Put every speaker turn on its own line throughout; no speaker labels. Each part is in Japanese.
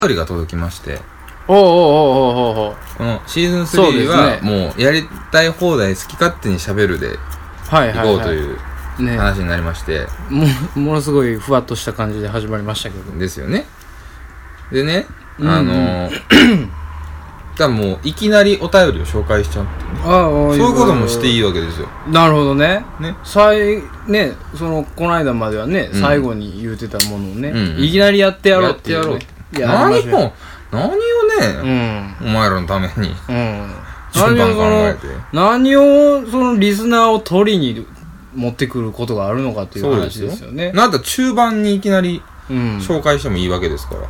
便りが届きまして、
おう
このシーズン3はもうやりたい放題好き勝手に喋るでいこうという話になりまして、
ものすごいふわっとした感じで始まりましたけど
ですよね。でね、多分もういきなりお便りを紹介しちゃうっていうね、そういうこともしていいわけですよ。
なるほどね。この間まではね、最後に言うてたものをね、いきなりやってやろうっていうね。
何をね、お前らのために順番考えて
何をそのリスナーを取りに持ってくることがあるのかっていう話ですよね。
なんだ中盤にいきなり紹介してもいいわけですから。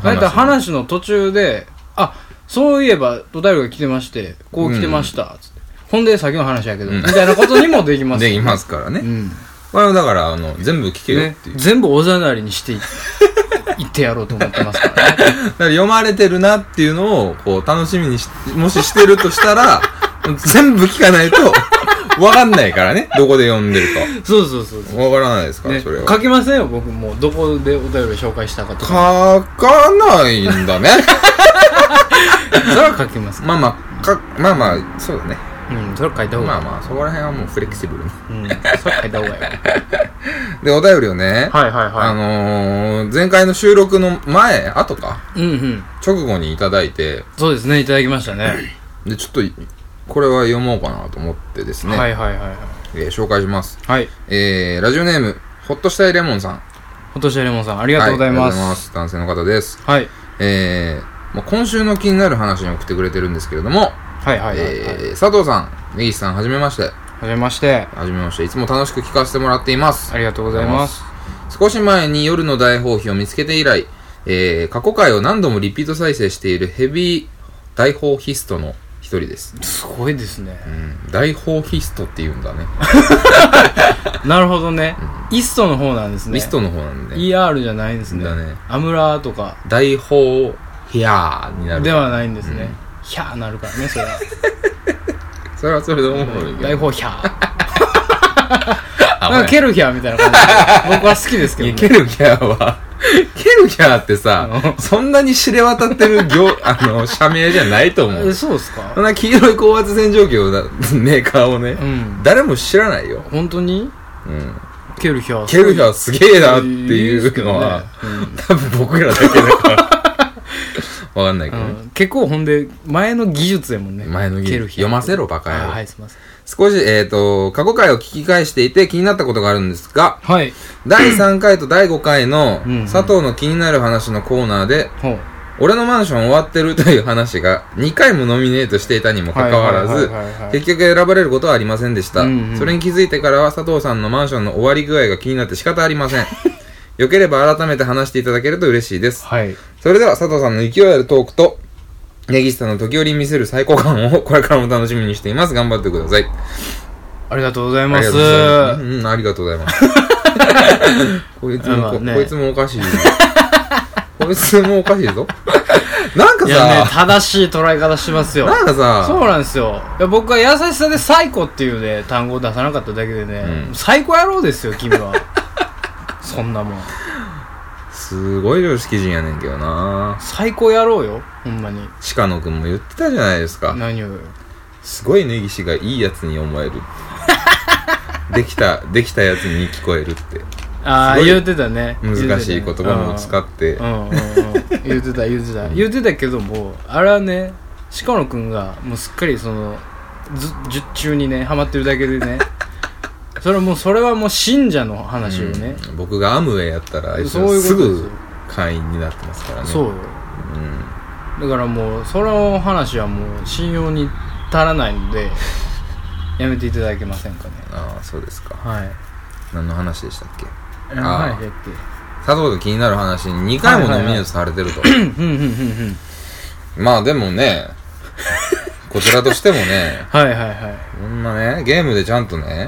だいたい話の途中で、そういえばお便りが来てまして、こう来てましたつって、ほんで先の話やけど、みたいなことにもできます、
できますからね。これはだから全部聞けよっていう、
全部おざなりにして言ってやろうと思ってますからね。
だから読まれてるなっていうのをこう楽しみにもししてるとしたら全部聞かないと分かんないからね、どこで読んでるか。
そう
分からないですから、それは
書きませんよ。僕もどこでお便り紹介したかと
か書かないんだね。
それは書きます。
まあそうだね。
それは書いた方がいい。
そこら辺はもうフレキシブルに。
それは書いた方がいい。
で、お便りをね、前回の収録の後か、直後にいただいて、
そうですね、いただきましたね。
で、ちょっと、これは読もうかなと思ってですね、紹介します。ラジオネーム、ほっとしたいレモンさん。
ほっとしたいレモンさん、ありがとうございます。
ありがとうございます。男性の方です。今週の気になる話に送ってくれてるんですけれども、佐藤さん、根岸さん、はじめまして。
はじめまして。
いつも楽しく聞かせてもらっています。
ありがとうございます。
少し前に夜の大放棄を見つけて以来、過去回を何度もリピート再生しているヘビー大放ヒストの一人です。
すごいですね。
大放ヒストって言うんだね。
なるほどね。イストの方なんですね。
イストの方なんで。
ER じゃないんですね。アムラとか。
大放ヒャーになる。
ではないんですね。ヒャーなるからね、それは。
それはそれでおもろいけど。
大砲ヒャー。なんかケルヒャーみたいな感じで。僕は好きですけどね。
ケルヒャーってさ、そんなに知れ渡ってる社名じゃないと思う。
そうですか？
そんな黄色い高圧洗浄機をメーカーをね、誰も知らないよ。
本当に？ケルヒャ
ーすげえなっていうのは、多分僕らだけだから。わかんないけど、
結構ほんで前の技術やもんね。
前の技術読ませろバカ野郎。
すいません。
少し過去回を聞き返していて気になったことがあるんですが、第3回と第5回の佐藤の気になる話のコーナーで、俺のマンション終わってるという話が2回もノミネートしていたにもかかわらず、結局選ばれることはありませんでした。それに気づいてからは佐藤さんのマンションの終わり具合が気になって仕方ありません。よければ改めて話していただけると嬉しいです。それでは佐藤さんの勢いあるトークと根岸さんの時折見せる最高感をこれからも楽しみにしています。頑張ってください。
ありがとうございます。
ありがとうございます。こいつもおかしい。こいつもおかしいぞ。なんかさ、
正しい捉え方しますよ。
なんかさ、
そうなんですよ。僕は優しさで最高っていうね単語を出さなかっただけでね、最高野郎ですよ君は。そんなもん
すごい常識人やねんけどな。
最高やろうよほんまに。
鹿野くんも言ってたじゃないですか。
何をよ。
すごい根岸がいいやつに思える。できたやつに聞こえるって。
言ってたね。
難しい言葉も使って
言ってたけども、あれはね鹿野くんがもうすっかりその術中にねハマってるだけでね。それはもう信者の話をね、
僕がアムウェイやったらすぐ会員になってますからね。
そうよ、だからもうその話はもう信用に足らないのでやめていただけませんかね。
そうですか。
何
の話でしたっけ？佐藤が気になる話に2回もノミネートされてると。まあでもねこちらとしてもね、こんなねゲームでちゃんとね、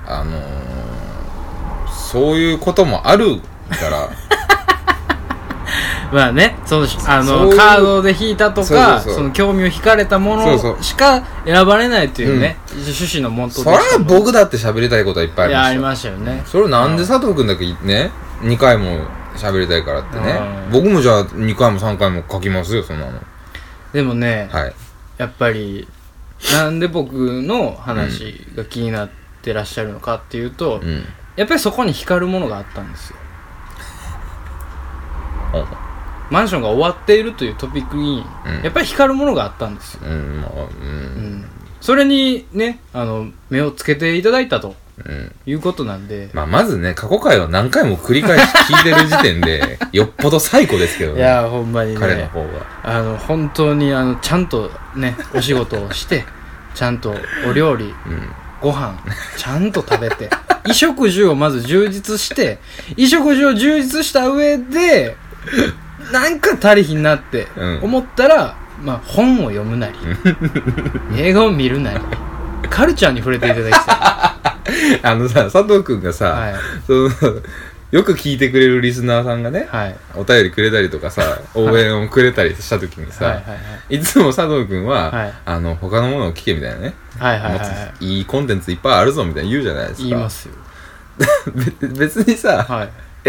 そういうこともあるから
まあね、カードで引いたとか、その興味を引かれたものしか選ばれないというね、趣旨のもとで。
それは僕だって喋りたいことはいっぱいありました。
ありましたよね。
それをなんで佐藤くんだけね2回も喋りたいからってね。僕もじゃあ2回も3回も書きますよ、そんなの。
でもね、
はい、
やっぱりなんで僕の話が気になってらっしゃるのかっていうと、うん、やっぱりそこに光るものがあったんですよ。マンションが終わっているというトピックに、やっぱり光るものがあったんですよ。それにね、目をつけていただいたということなんで、
まずね、過去回を何回も繰り返し聞いてる時点でよっぽど最高ですけどね。
いやほんまにね、
彼の方が
本当にちゃんとねお仕事をしてちゃんとお料理、ご飯ちゃんと食べて衣食住をまず充実して衣食住を充実した上でなんか足りひんなって思ったら、本を読むなり映画を見るなりカルチャーに触れていただきたい。
佐藤くんがさ、はい、よく聞いてくれるリスナーさんがね、はい、お便りくれたりとかさ応援をくれたりした時にさ、いつも佐藤くんは、はい、他のものを聞けみたいなね、いいコンテンツいっぱいあるぞみたいな言うじゃないですか。
言いますよ。
別にさ、はい、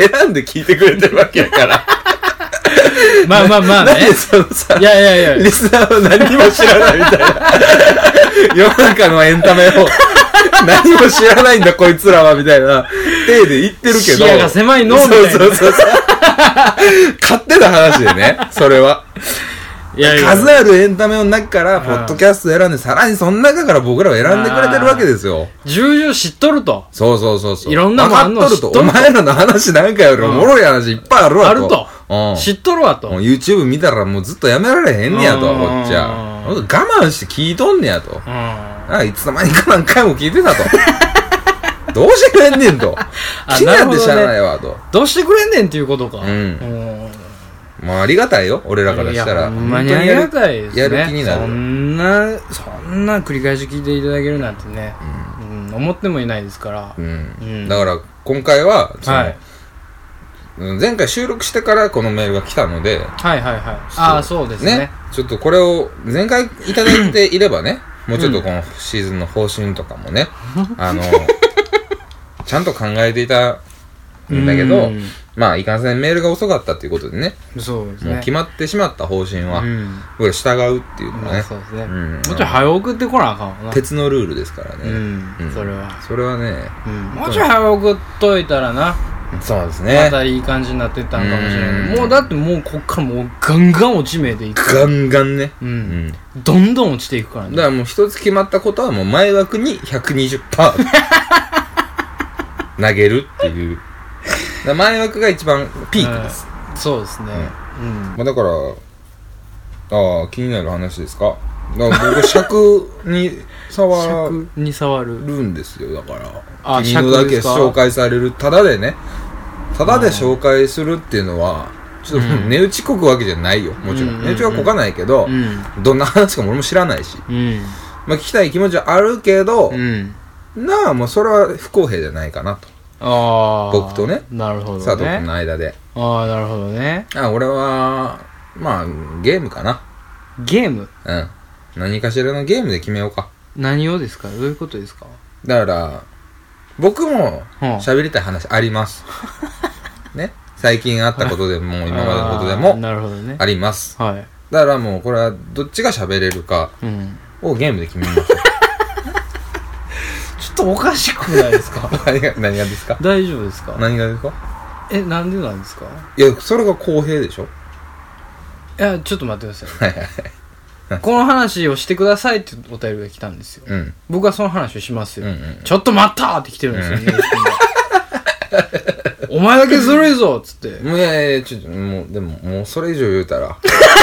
選んで聞いてくれてるわけやから
まあね。いや
リスナーは何も知らないみたいな世の中のエンタメを何も知らないんだこいつらはみたいな体で言ってるけど、視
野が狭いのみたいな。
そう勝手な話でね、それは。数あるエンタメの中からポッドキャスト選んで、さらにその中から僕らを選んでくれてるわけですよ。
重々知っとると。
そう
いろんなもんあんの知っとると。
お前らの話なんかよりおもろい話いっぱいあるわと。
あると。知っとるわと。
YouTube 見たらもうずっとやめられへんねやと、こっちは。我慢して聞いとんねやと。いつの間にか何回も聞いてたと。どうしてくれんねんと。気になってしゃあないわと。
どうしてくれんねんっていうことか。
ありがたいよ、俺らからしたら。
ほんまにありがたいですね。
やる気になる。
そんな繰り返し聞いていただけるなんてね、思ってもいないですから。
だから今回は前回収録してからこのメールが来たので、
そうですね。
ちょっとこれを前回いただいていればね、もうちょっとこのシーズンの方針とかもね、ちゃんと考えていたんだけど、いかんせんメールが遅かったっていうことでね、
そうですね、
もう決まってしまった方針は、僕ら従うっていうのはね、
そうですね、もちろん早送ってこなあかんわな。
鉄のルールですからね、それはね、
もうちょい早送っといたらな、
そうですね、
またいい感じになってったんかもしれない。もうだってもうこっからもうガンガン落ち目でいく。
ガンガンね、
どんどん落ちていくからね。
だからもう一つ決まったことはもう前枠に 120% 投げるっていう前枠が一番ピークです。
そうですね。
だから気になる話ですか。だから僕尺に触るんですよ。だから君のだけ紹介される、ただで紹介するっていうのはちょっと値打ちこくわけじゃないよ。もちろん値打ちはこかないけど、どんな話かも俺も知らないし、聞きたい気持ちはあるけど、もうそれは不公平じゃないかなと。僕とね、
なるほどね、
佐藤君の間で。
なるほどね。
俺はゲームかな。
ゲーム？
何かしらのゲームで決めようか。
何をですか？どういうことですか？
だから僕も喋りたい話ありますね。最近あったことでも今までのことでもあります。だからもうこれはどっちが喋れるかをゲームで決めましょう。
ちょっとおかしくないですか？
何がですか？
大丈夫ですか？
何がですか？
なんでなんですか？
いや、それが公平でしょ。
いや、ちょっと待ってください。この話をしてくださいってお便りが来たんですよ。僕はその話をしますよ。ちょっと待ったって来てるんですよね。お前だけずるいぞっつって。
いやちょっとでももうそれ以上言うたら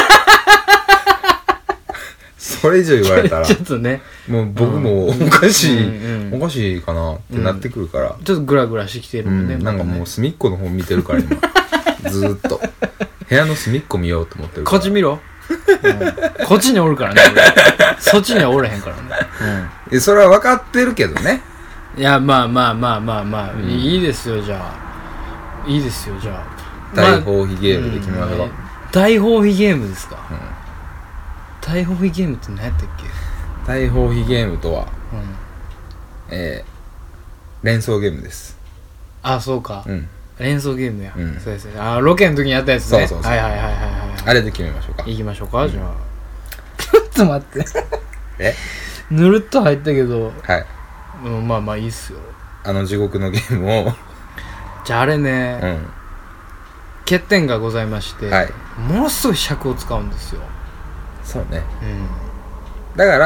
それ以上言われたら
ちょっとね、
もう僕もおかしいかなってなってくるから、
ちょっとグラグラしてきてるんでね。
なんかもう隅っこの方見てるから今ずーっと部屋の隅っこ見ようと思ってるから。
こっち見ろ。こっちにおるからね。そっちにはおれへんから
ね。それは分かってるけどね。
いや、まあ、いいですよ、じゃあ。いいですよ、じゃあ。
大放棄ゲームで決めましょう。
大放棄ゲームですか。大放棄ゲームって何やったっけ？
大放棄ゲームとは、連想ゲームです。
そうか。 連想ゲームや、そうです。ロケの時にやったやつね。
そう
はいはいはいはいはい。
あれで決めましょうか。
行きましょうか、じゃあ。ちょっと待ってぬるっと入ったけど、
はい、
まあまあいいっすよ。
地獄のゲームを
じゃああれね、欠点がございまして、ものすごい尺を使うんですよ。
そうね、だから、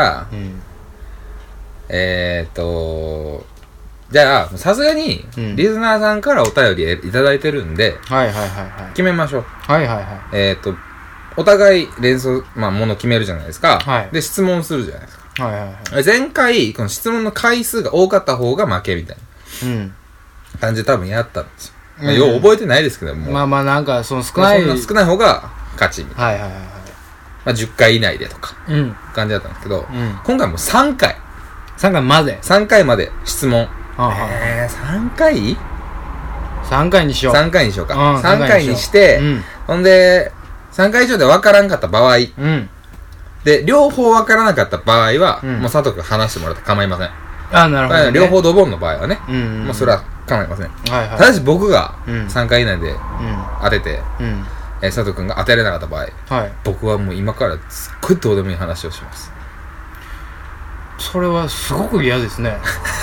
じゃあさすがにリスナーさんからお便りいただいてるんで、決めましょう。お互い連想もの決めるじゃないですか。で質問するじゃないですか。前回この質問の回数が多かった方が負けみたいな感じで多分やったんですよ。よう覚えてないですけども、
まあまあなんかその少ない
方が勝ちみたいな。10回以内でとか感じだったんですけど、今回も3回まで質問。3回
?3 回にしよう。
3回にしようか。3回にして、ほんで、3回以上で分からんかった場合、で、両方分からなかった場合は、もう佐藤君話してもらって構いません。
なるほど、
両方ドボンの場合はね、もうそれは構いません。ただし僕が3回以内で当てて、佐藤君が当てられなかった場合、僕はもう今からすっごいどうでもいい話をします。
それはすごく嫌ですね。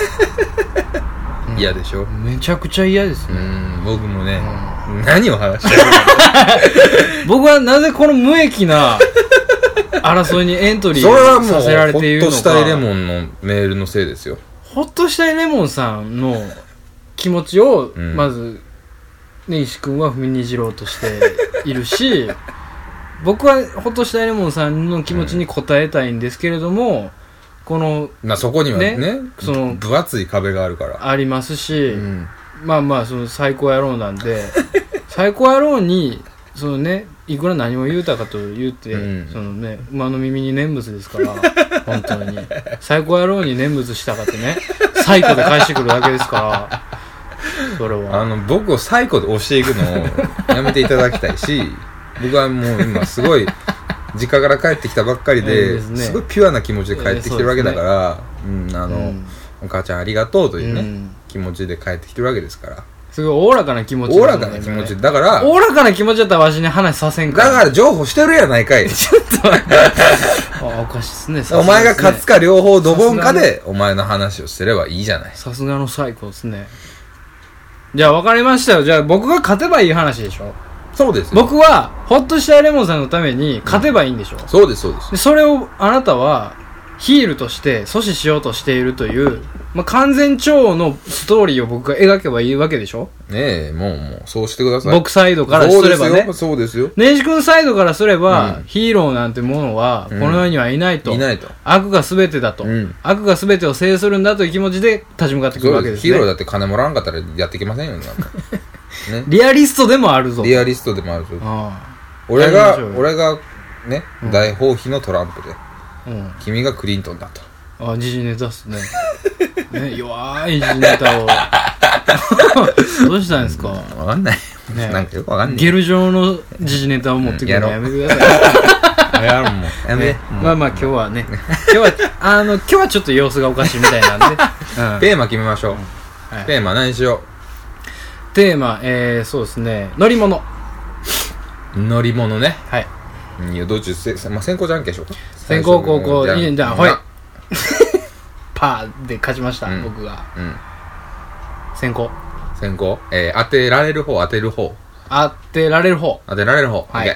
嫌でしょ。
めちゃくちゃ嫌ですね。
僕もね、何を話してる
の僕はなぜこの無益な争いにエントリーさせられているのか。
それはもうホッとしたいレモンのメールのせいですよ。
ホッとしたいレモンさんの気持ちをまず根岸君は踏みにじろうとしているし、僕はホッとしたいレモンさんの気持ちに応えたいんですけれども、この
そこにはね、その分厚い壁があるから
ありますし、まあまあその最高野郎なんで最高野郎にそのね、いくら何も言うたかと言って、そのね、馬の耳に念仏ですから本当に最高野郎に念仏したかってね、サイコで返してくるだけですから、それは
僕をサイコで押していくのをやめていただきたいし、僕はもう今すごい実家から帰ってきたばっかりで、すごいピュアな気持ちで帰ってきてるわけだから、お母ちゃんありがとうというね、気持ちで帰ってきてるわけですから、
すごいおおらかな気持ち、
おおらかな気持ちだから、
おおらかな気持ちだったらわしに話させんから、
だから譲歩してるやないかい。ちょっと
おかしいっすね。
お前が勝つか両方ドボンかでお前の話をしてればいいじゃない。
さすがの最高ですね。じゃあ分かりましたよ。じゃあ僕が勝てばいい話でしょ。
そうですよ。
僕はホッとしたレモンさんのために勝てばいいんでしょ。
そうですそうです。
でそれをあなたはヒールとして阻止しようとしているという、完全超のストーリーを僕が描けばいいわけでしょ。
ねえ、もうそうしてください。
僕サイドからすればね。
そうですよ。
根岸君サイドからすれば、ヒーローなんてものはこの世にはいないと、悪が全てだと、悪が全てを制するんだという気持ちで立ち向かってくるわけですね。
ヒーローだって金もらわんかったらやっていけませんよね。
リアリストでもあるぞ。
リアリストでもあるぞ。俺がね、大放棄のトランプで、君がクリントンだと。
時事ネタっすね。弱い時事ネタをどうしたんですか。
わかんない。なんかよくわかんない。
ゲル状の時事ネタを持ってくるのやめてください。
やるもん。やめ。
まあ今日はね、今日はちょっと様子がおかしいみたいなんで、
テーマ決めましょう。テーマ何しよう。
テーマ、そうですね、乗り物。
乗り物ね。
はい。
いや、どっち先行じゃんけんしようか。
先行後攻、いいじゃん、ほい。パーで勝ちました、僕が。先行。
当てられる方、当てる方。
当てられる方。
はい。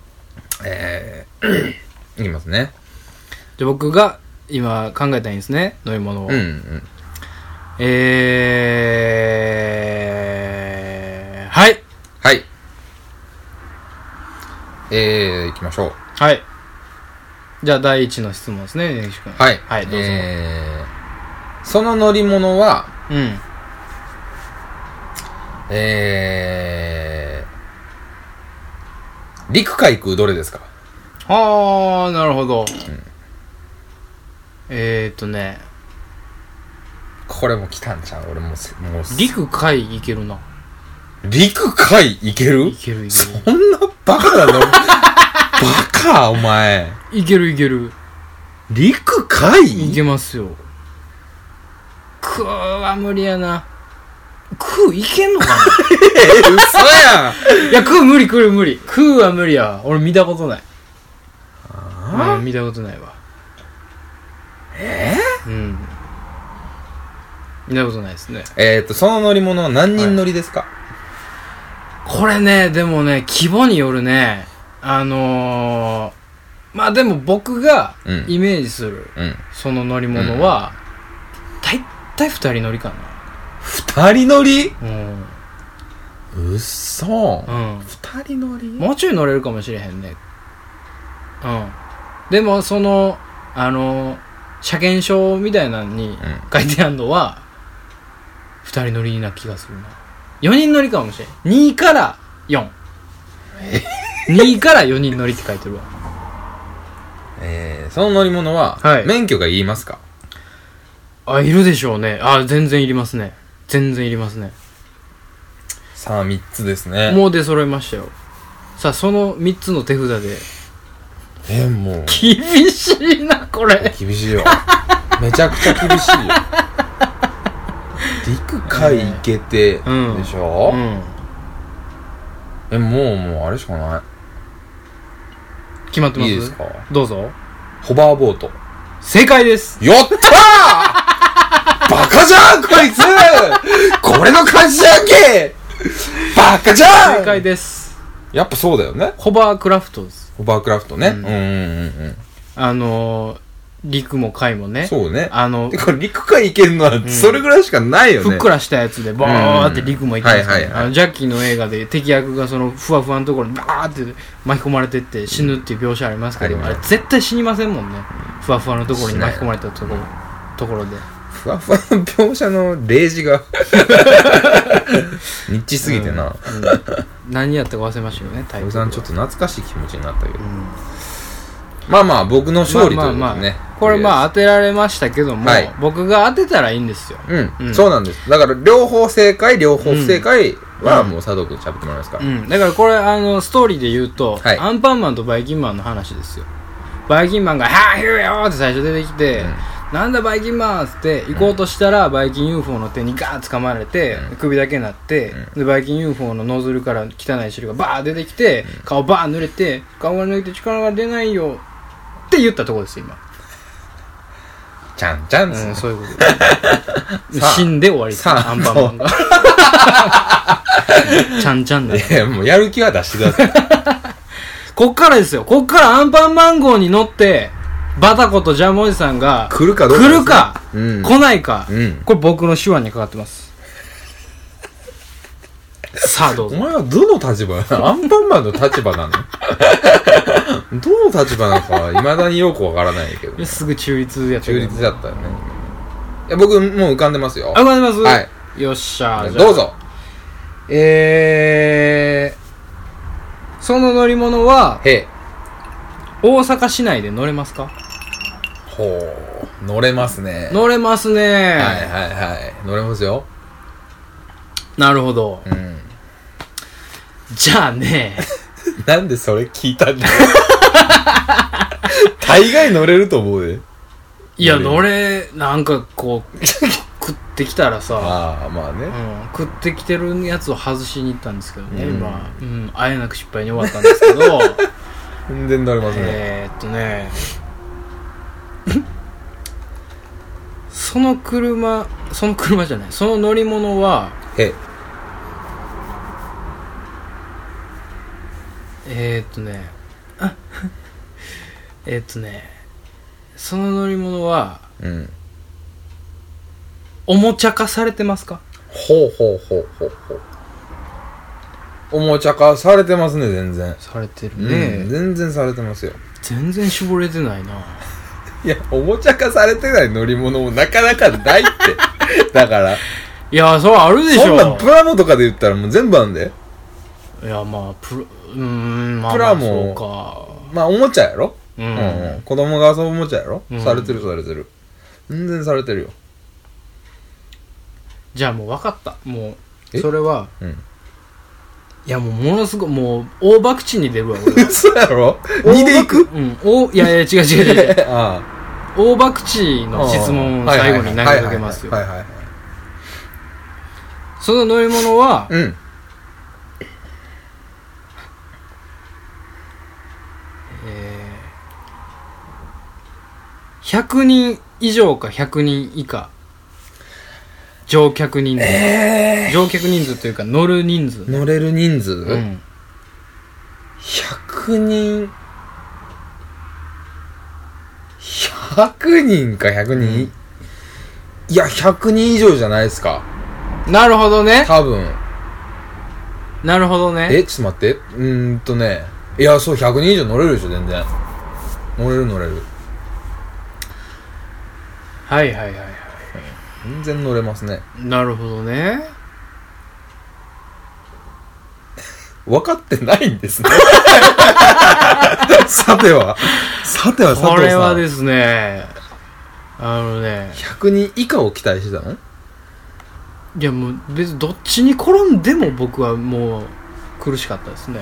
いきますね。
じゃあ僕が今考えたいんですね、乗り物を。はい。
行きましょう。
はい。じゃあ第一の質問ですね、根岸君。
はい。
はい、どうぞ。
その乗り物は、陸海空どれですか？
はあ、なるほど。
これも来たんちゃう？俺もう
陸海いけるな。
陸海いける？
いける。
そんなバカなの？バカお前。
いける。
陸海？
いけますよ。は無理やな。 空いけんのかな
嘘やん。
いや、空無理。空は無理やわ。俺見たことない。見たことないわ。うん。見たことないですね。
その乗り物は何人乗りですか？
これね、でもね、規模によるね、まあでも僕がイメージする、その乗り物は、だいたい2人乗りかな。
2人乗り？
う
っそ。
2人乗り？もうちょい乗れるかもしれへんね。でもその車検証みたいなのに書いてあるのは、2人乗りな気がするな。4人乗りかもしれん。2から4。2から4人乗りって書いてるわ。
その乗り物は、免許がいりますか？
いるでしょうね。全然いりますね。
さあ、3つですね。
もう出揃いましたよ。さあ、その3つの手札で。
もう。
厳しいな、これ。
厳しいよ。めちゃくちゃ厳しいよ。陸海行けて、でしょ？もう、あれしかない。
決まってます？
いいですか？
どうぞ。
ホバーボート。
正解です。
やったーバカじゃんこいつこれの感じやんけバカじゃん
正解です。
やっぱそうだよね。
ホバークラフトです。
ホバークラフトね。
陸も海もね。
そうね。これ陸海行けるのはそれぐらいしかないよね。
ふっくらしたやつでバーって陸も行きますから、ジャッキーの映画で敵役がそのふわふわのところにバーって巻き込まれてって死ぬっていう描写ありますけど、あれ絶対死にませんもんね。ふわふわのところに巻き込まれたところで。
ふわふわの描写の例示がニッチすぎてな。
何やったか忘れましたよね。
タイプさんちょっと懐かしい気持ちになったけど。まあ僕の勝利ということでね。
これ当てられましたけども、僕が当てたらいいんですよ。
そうなんです。だから両方正解両方不正解はもう佐藤君喋ってもらいますから。
だからこれストーリーで言うと、アンパンマンとバイキンマンの話ですよ。バイキンマンがはぁヒューよーって最初出てきて、なんだバイキンマンって行こうとしたら、バイキン UFO の手にガーッ掴まれて、首だけになって、でバイキン UFO のノズルから汚い汁がバーッ出てきて、顔バーッ濡れて、顔が濡れて力が出ないよって言ったところですよ今。
ちゃんちゃんですね。
そういうこと死んで終わりです、アンパンマンが。ちゃんちゃんだよ。
もうやる気は出してください。
こっからですよ。こっからアンパンマン号に乗ってバタコとジャムおじさんが
来るかどうか、
来るか、来ないか、これ僕の手腕にかかってます。さあどうぞ。
お前はどの立場アンパンマンの立場なのどの立場なのか未だによくわからないけど。
すぐ中立やった。
中立だったよね。いや僕もう浮かんでますよ。
浮かんでます？
はい。
よっしゃ。
どうぞ。
その乗り物は大阪市内で乗れますか？
ほう、乗れますね。
乗れますね。はい
乗れますよ。
なるほど。じゃあね
なんでそれ聞いたんだよ。大概乗れると思うで。
いやなんかこう食ってきたらさ、
まあね、
食ってきてるやつを外しに行ったんですけどね、あえなく失敗に終わったんですけど
全然乗れますね。
その車じゃない、その乗り物はその乗り物はおもちゃ化されてますか？
ほう。おもちゃ化されてますね。全然
されてるね。
全然されてますよ。
全然絞れてないな。
いや、おもちゃ化されてない乗り物もなかなかないってだから
いや、それあるでしょ。
そんなんプラモとかで言ったらもう全部あんで。
いや、
プラモ、おもちゃやろ。子供が遊ぶおもちゃやろ。されてる全然されてるよ。
じゃあもう分かった。もうそれは、いやもうものすごいもう大博打に出るわ俺。
そうやろ。2でいく？
いや違う。大博打の質問を最後に投げかけますよ。 その乗り物は、100人以上か100人以下乗客人数、乗客人数というか乗る人数、
乗れる人数、100人か100人、いや100人以上じゃないですか。
なるほどね。
多分。
なるほどね。
ちょっと待って。いや、そう、100人以上乗れるでしょ、全然。乗れる。
はい。
全然乗れますね。
なるほどね。
分かってないんですね。さては佐藤さん。
これはですね、
100人以下を期待してたの？
いやもう別にどっちに転んでも僕はもう苦しかったですね。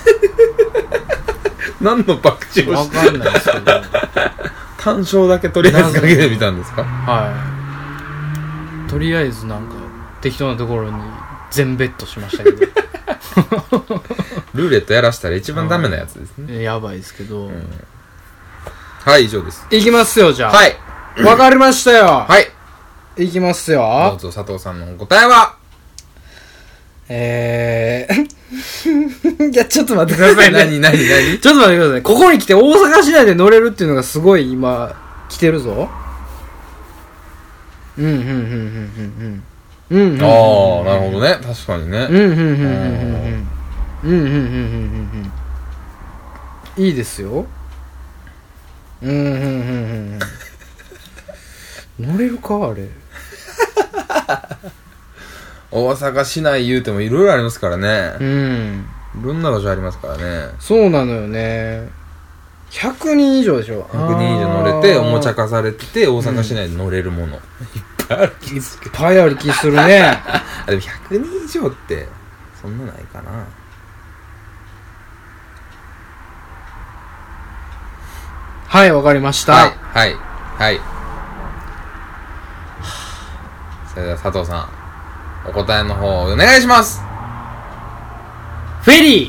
何の爆笑
わかんないですけど
単勝だけとりあえずかけてみたんですか？
はい。とりあえずなんか適当なところに全ベットしましたけど
ルーレットやらしたら一番ダメなやつですね。
やばいですけど、
はい、以上です。
いきますよ、じゃあ。
はい、
わかりましたよ。
はい、
いきますよ。
どうぞ。佐藤さんの答えは
いや、ちょっと待ってくださいね。
何
ちょっと待ってください。ここに来て大阪市内で乗れるっていうのがすごい今来てるぞ。ああ、なる
ほどね。確かにね。
いいですよ。乗れるかあれ。
大阪市内言うてもいろいろありますからね。いろんな場所ありますからね。
そうなのよね。100人以上でしょ。
100人以上乗れて、おもちゃ化されてて、大阪市内で乗れるもの。いっぱいある気する。
いっぱいある気するね。
でも100人以上って、そんなないかな。
はい、わかりました。
はい。それでは佐藤さん、お答えの方お願いします。
フェリー。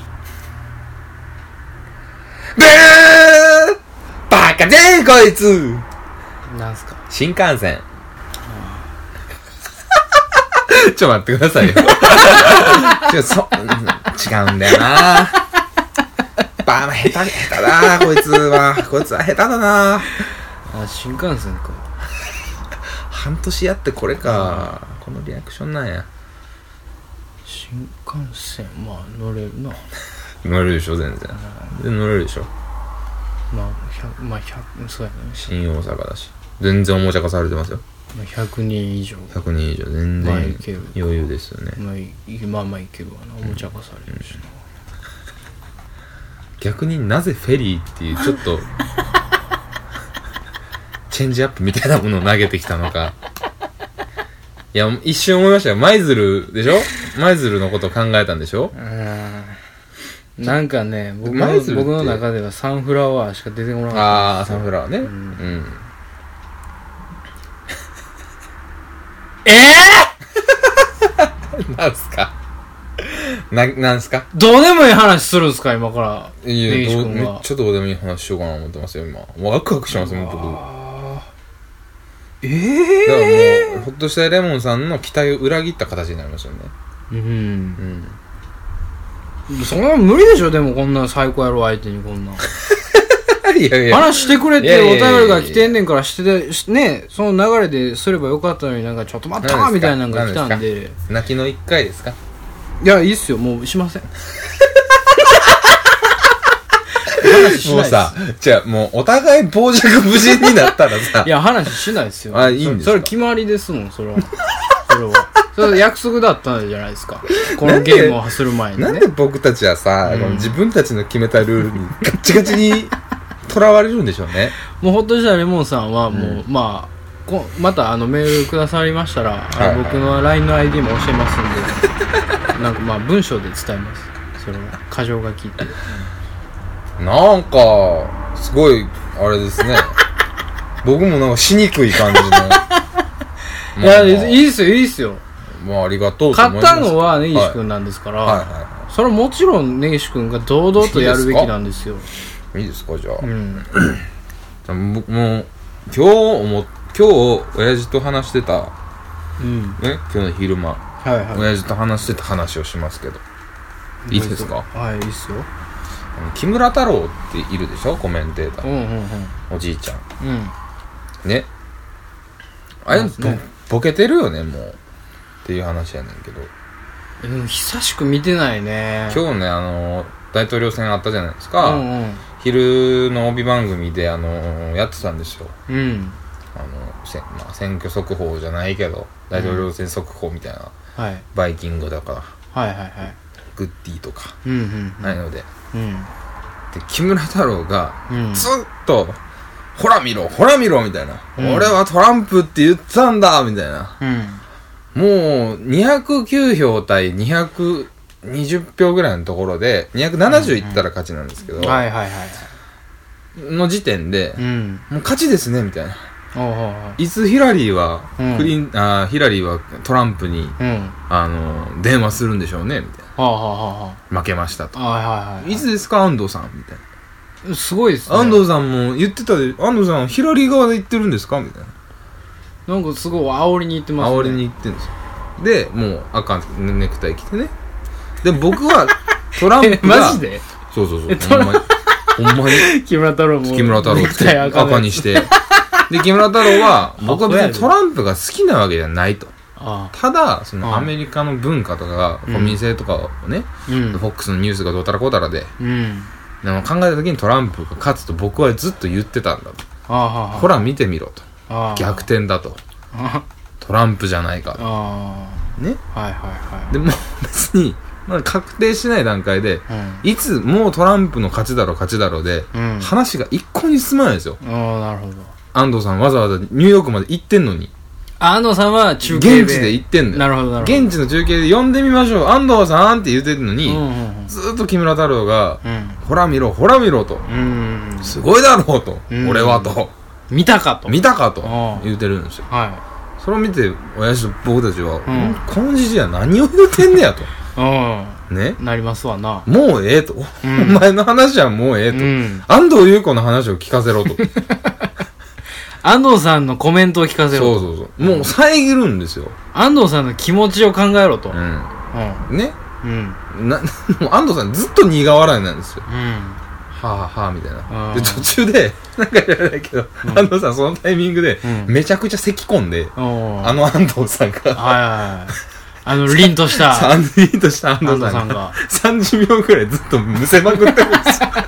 ブーバカぜーこいつ。
なんすか？
新幹線。ちょっと待ってくださいよ。違うんだよな。下手だこいつは下手だな。
新幹線か。
半年やってこれか。このリアクションなんや。
新幹線、まあ乗れるな。
乗れるでしょ、全然乗れるでしょ。
そうやね。
新大阪だし、全然おもちゃ化されてますよ。
100人以上。
100人以上、全然余裕ですよね。
まあいけるわな。おもちゃ化されるしな。
逆になぜフェリーっていうちょっとチェンジアップみたいなものを投げてきたのか。いや、一瞬思いましたよ。舞鶴でしょ？舞鶴のことを考えたんでしょ？
なんかね、僕の中ではサンフラワーしか出てこなかった。
ああ、サンフラワーね。なんすか？なんすか？
どうでもいい話するんすか今から。
いや、めっちゃどうでもいい話しようかなと思ってますよ、今。ワクワクしますよ、僕。だからもう、ほっとしたレモンさんの期待を裏切った形になりましたよね。
そんな無理でしょ、でもこんな最高やろ相手にこんな。
いや
話してくれってお便りが来てんねんからしてね、その流れですればよかったのになんかちょっと待ったみたいなのが来たんで。
泣きの1回ですか？
いや、いいっすよ、もうしません。
もうさ、じゃあもうお互い傍若無人になったらさ。
いや、話しないですよ。
いいんですか？
それ決まりですもん、それは。それ約束だったんじゃないですか。このゲームをする前にね。
なんで僕たちはさ、自分たちの決めたルールにガッチガチにとらわれるんでしょうね。
もうほっとしたレモンさんはもう、またメールくださりましたら、僕の LINE の ID も教えますんで、なんか文章で伝えます。それは箇条書きって。
なんかすごいあれですね。僕もなんかしにくい感じの。
いや、いいっすよ。
まあありがとうと思います。
買ったのは根岸くんなんですから、はいはいはいはい、それはもちろん根岸くんが堂々とやるべきなんですよ。
いいですかじゃあ、うん、もう今日親父と話してた、うんね、今日の昼間、はいはい、親父と話してた話をしますけどいいですか？
はい、いいっすよ。
木村太郎っているでしょ、コメンテーター、うんうんうん、おじいちゃん、うん、ね、あれ、ね、ボケてるよねもうっていう話やねんけど、
久しく見てないね。
今日ね大統領選あったじゃないですか、うんうん、昼の帯番組でやってたんですよ、うん、まあ、選挙速報じゃないけど大統領選速報みたいな、うん、はい、バイキングだから、はいはいはい、グッディとか、うんうんうん、ないので、うん、で木村太郎がずっと、ほら見ろほら見ろみたいな、うん、俺はトランプって言ったんだみたいな、うん、もう209票対220票ぐらいのところで270いったら勝ちなんですけど、はいはいはい、の時点で、うん、もう勝ちですねみたいな、いつヒラリーは、うん、ヒラリーはトランプに、うん、電話するんでしょうねみたいな、負けましたと、いつですか安藤さんみたい
な、すごいですね。
安藤さんも言ってたで、安藤さんヒラリー側で言ってるんですかみたい
な、なんかすごい煽りに言ってますね。
煽りに言ってるんですよ。でもう赤ネクタイ着てね、で僕はトランプが
マジで
そうほんまに
木村太郎も
木村太郎って赤にしてで木村太郎は僕は別にトランプが好きなわけじゃないと、ただそのアメリカの文化とか国民性とかをね、フォックスのニュースがどうたらこうたらで、でも考えた時にトランプが勝つと僕はずっと言ってたんだと、ほら見てみろと、逆転だと、トランプじゃないかとね、はいはいはい、でも別にまだ確定しない段階で、いつもうトランプの勝ちだろで、話が一向に進まないんですよ。なるほど。安藤さんわざわざニューヨークまで行ってんのに、
安藤さんは中継で
現地で行ってんのよ。
なるほど
現地の中継で呼んでみましょう安藤さんって言ってるのに、ずっと木村太郎が、ほら見ろほら見ろと、すごいだろうと、俺はと
見たかと
言ってるんですよ。はい、それを見て親父と僕たちは、このじじいは何を言うてんねやとね、
なりますわな。
もうええと、お前の話はもうええと、安藤優子の話を聞かせろと
安藤さんのコメントを聞かせろと。
そうもう遮るんですよ。
安藤さんの気持ちを考えろと、
ね、もう安藤さんずっと苦笑いなんですよ、はあはあみたいな。で途中でなんか知らないけど、安藤さんそのタイミングでめちゃくちゃ咳込んで、安藤さんが
凛とした
安藤さんが30秒くらいずっとむせまくってるんですよ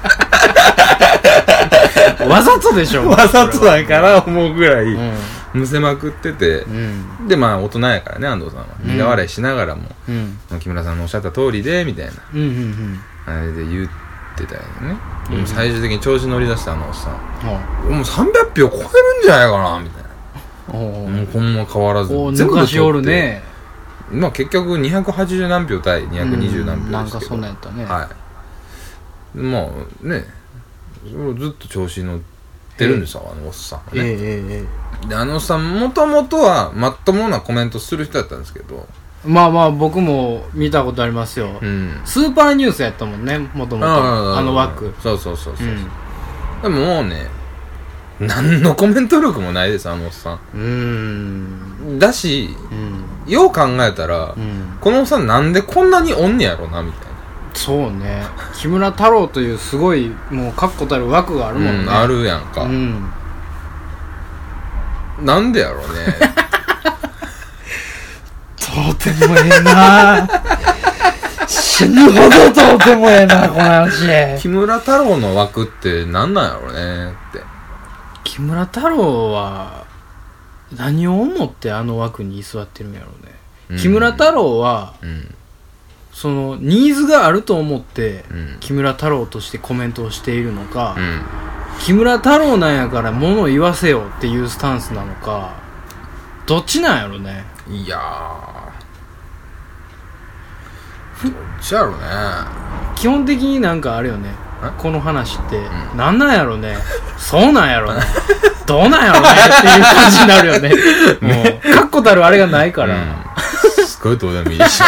わざとでしょ。
わざとだから思うぐらいむせまくってて、でまあ大人やからね安藤さんは苦笑いしながらも、木村さんのおっしゃった通りでみたいな、あれで言ってたよね。最終的に調子乗り出したおっさん、もう300票超えるんじゃないかなみたいな、もうほんま変わらず
全部取っておるね。
まあ結局280何票対220何票ですけど、
なんかそんなんやったね。
はい、まあね、ずっと調子乗ってるんですよ、おっさんはね。でおっさんもともとはまっともなコメントする人だったんですけど、
まあまあ僕も見たことありますよ、スーパーニュースやったもんね、もともと枠。
そう、でももうね、何のコメント力もないです、おっさん。だし、よう考えたら、このおっさんなんでこんなにおんねやろなみたいな。
そうね、木村太郎というすごいもう確固たる枠があるもんね。
あるやんか、なんでやろうね
とてもええな死ぬほどとてもええなこの話。
木村太郎の枠って何なんやろうねって。
木村太郎は何を思ってあの枠に居座ってるんやろうね、木村太郎は、そのニーズがあると思って、木村太郎としてコメントをしているのか、木村太郎なんやから物を言わせよっていうスタンスなのか、どっちなんやろね。
いやー、どっちやろね。
基本的になんかあれよね、この話ってなんなんやろね、そうなんやろねどうなんやろねっていう感じになるよねもう確固たるあれがないから、
すごいどうでもいいでしょ。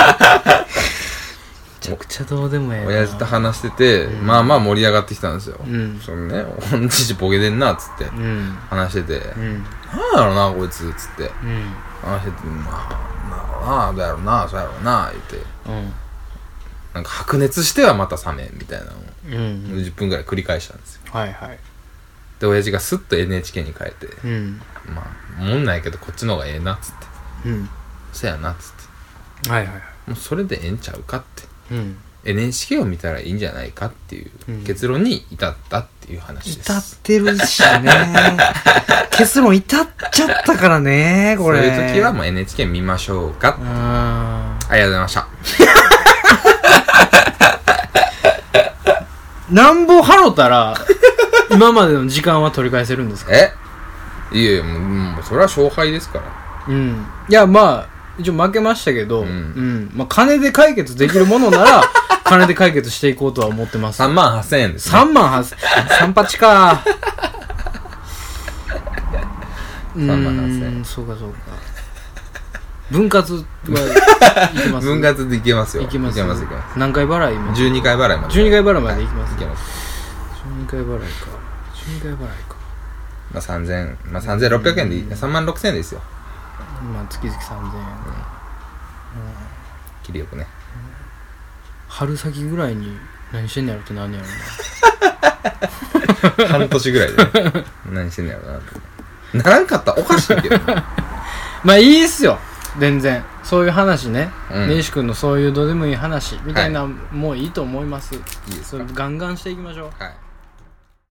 めちゃくちゃどうでもええな。
親父と話してて、まあまあ盛り上がってきたんですよ。そのね、おんじじボケてんなっつって、話してて、なんやろなこいつっつって、話してて、まあ、どうやろうな、そうやろうな、言って、なんか白熱してはまた冷めみたいなのを、10分ぐらい繰り返したんですよ。
はいはい。
で、親父がスッと NHK に変えて、まあ、もんないけどこっちの方がええなっつって、そやなっつって、もうそれでええんちゃうかって。NHK を見たらいいんじゃないかっていう結論に至ったっていう話です。
至ってるしね。結論至っちゃったからね、これ。
そういう時はもう NHK 見ましょうか。ありがとうございました。
なんぼ払ったら、今までの時間は取り返せるんですか？
いやいや、もうそれは勝敗ですから。
いや、まあ、一応負けましたけど、まあ、金で解決できるものなら、金で解決していこうとは思ってます。
38,000円です、
ね。38,000円。38か。
38,000円。
そうかそうか。分割はいけます。
分割でいけますよ。
いけます。
いけます。
何回払い今
?12 回払いまで。
12回払いまでいきます。
いけます。
12回払いか。12回払いか。
まあ3,600円でいい。36,000円ですよ。
まあ月々3,000円。
切りよくね。
春先ぐらいに何してんねやろって何やろ
な。半年ぐらいで、ね、何してんねやろなって。ならんかったらおかしいけど、ね。
まあいいっすよ。全然。そういう話ね。根岸君のそういうどうでもいい話みたいなもういいと思います。いいですか？それガンガンしていきましょう。はい。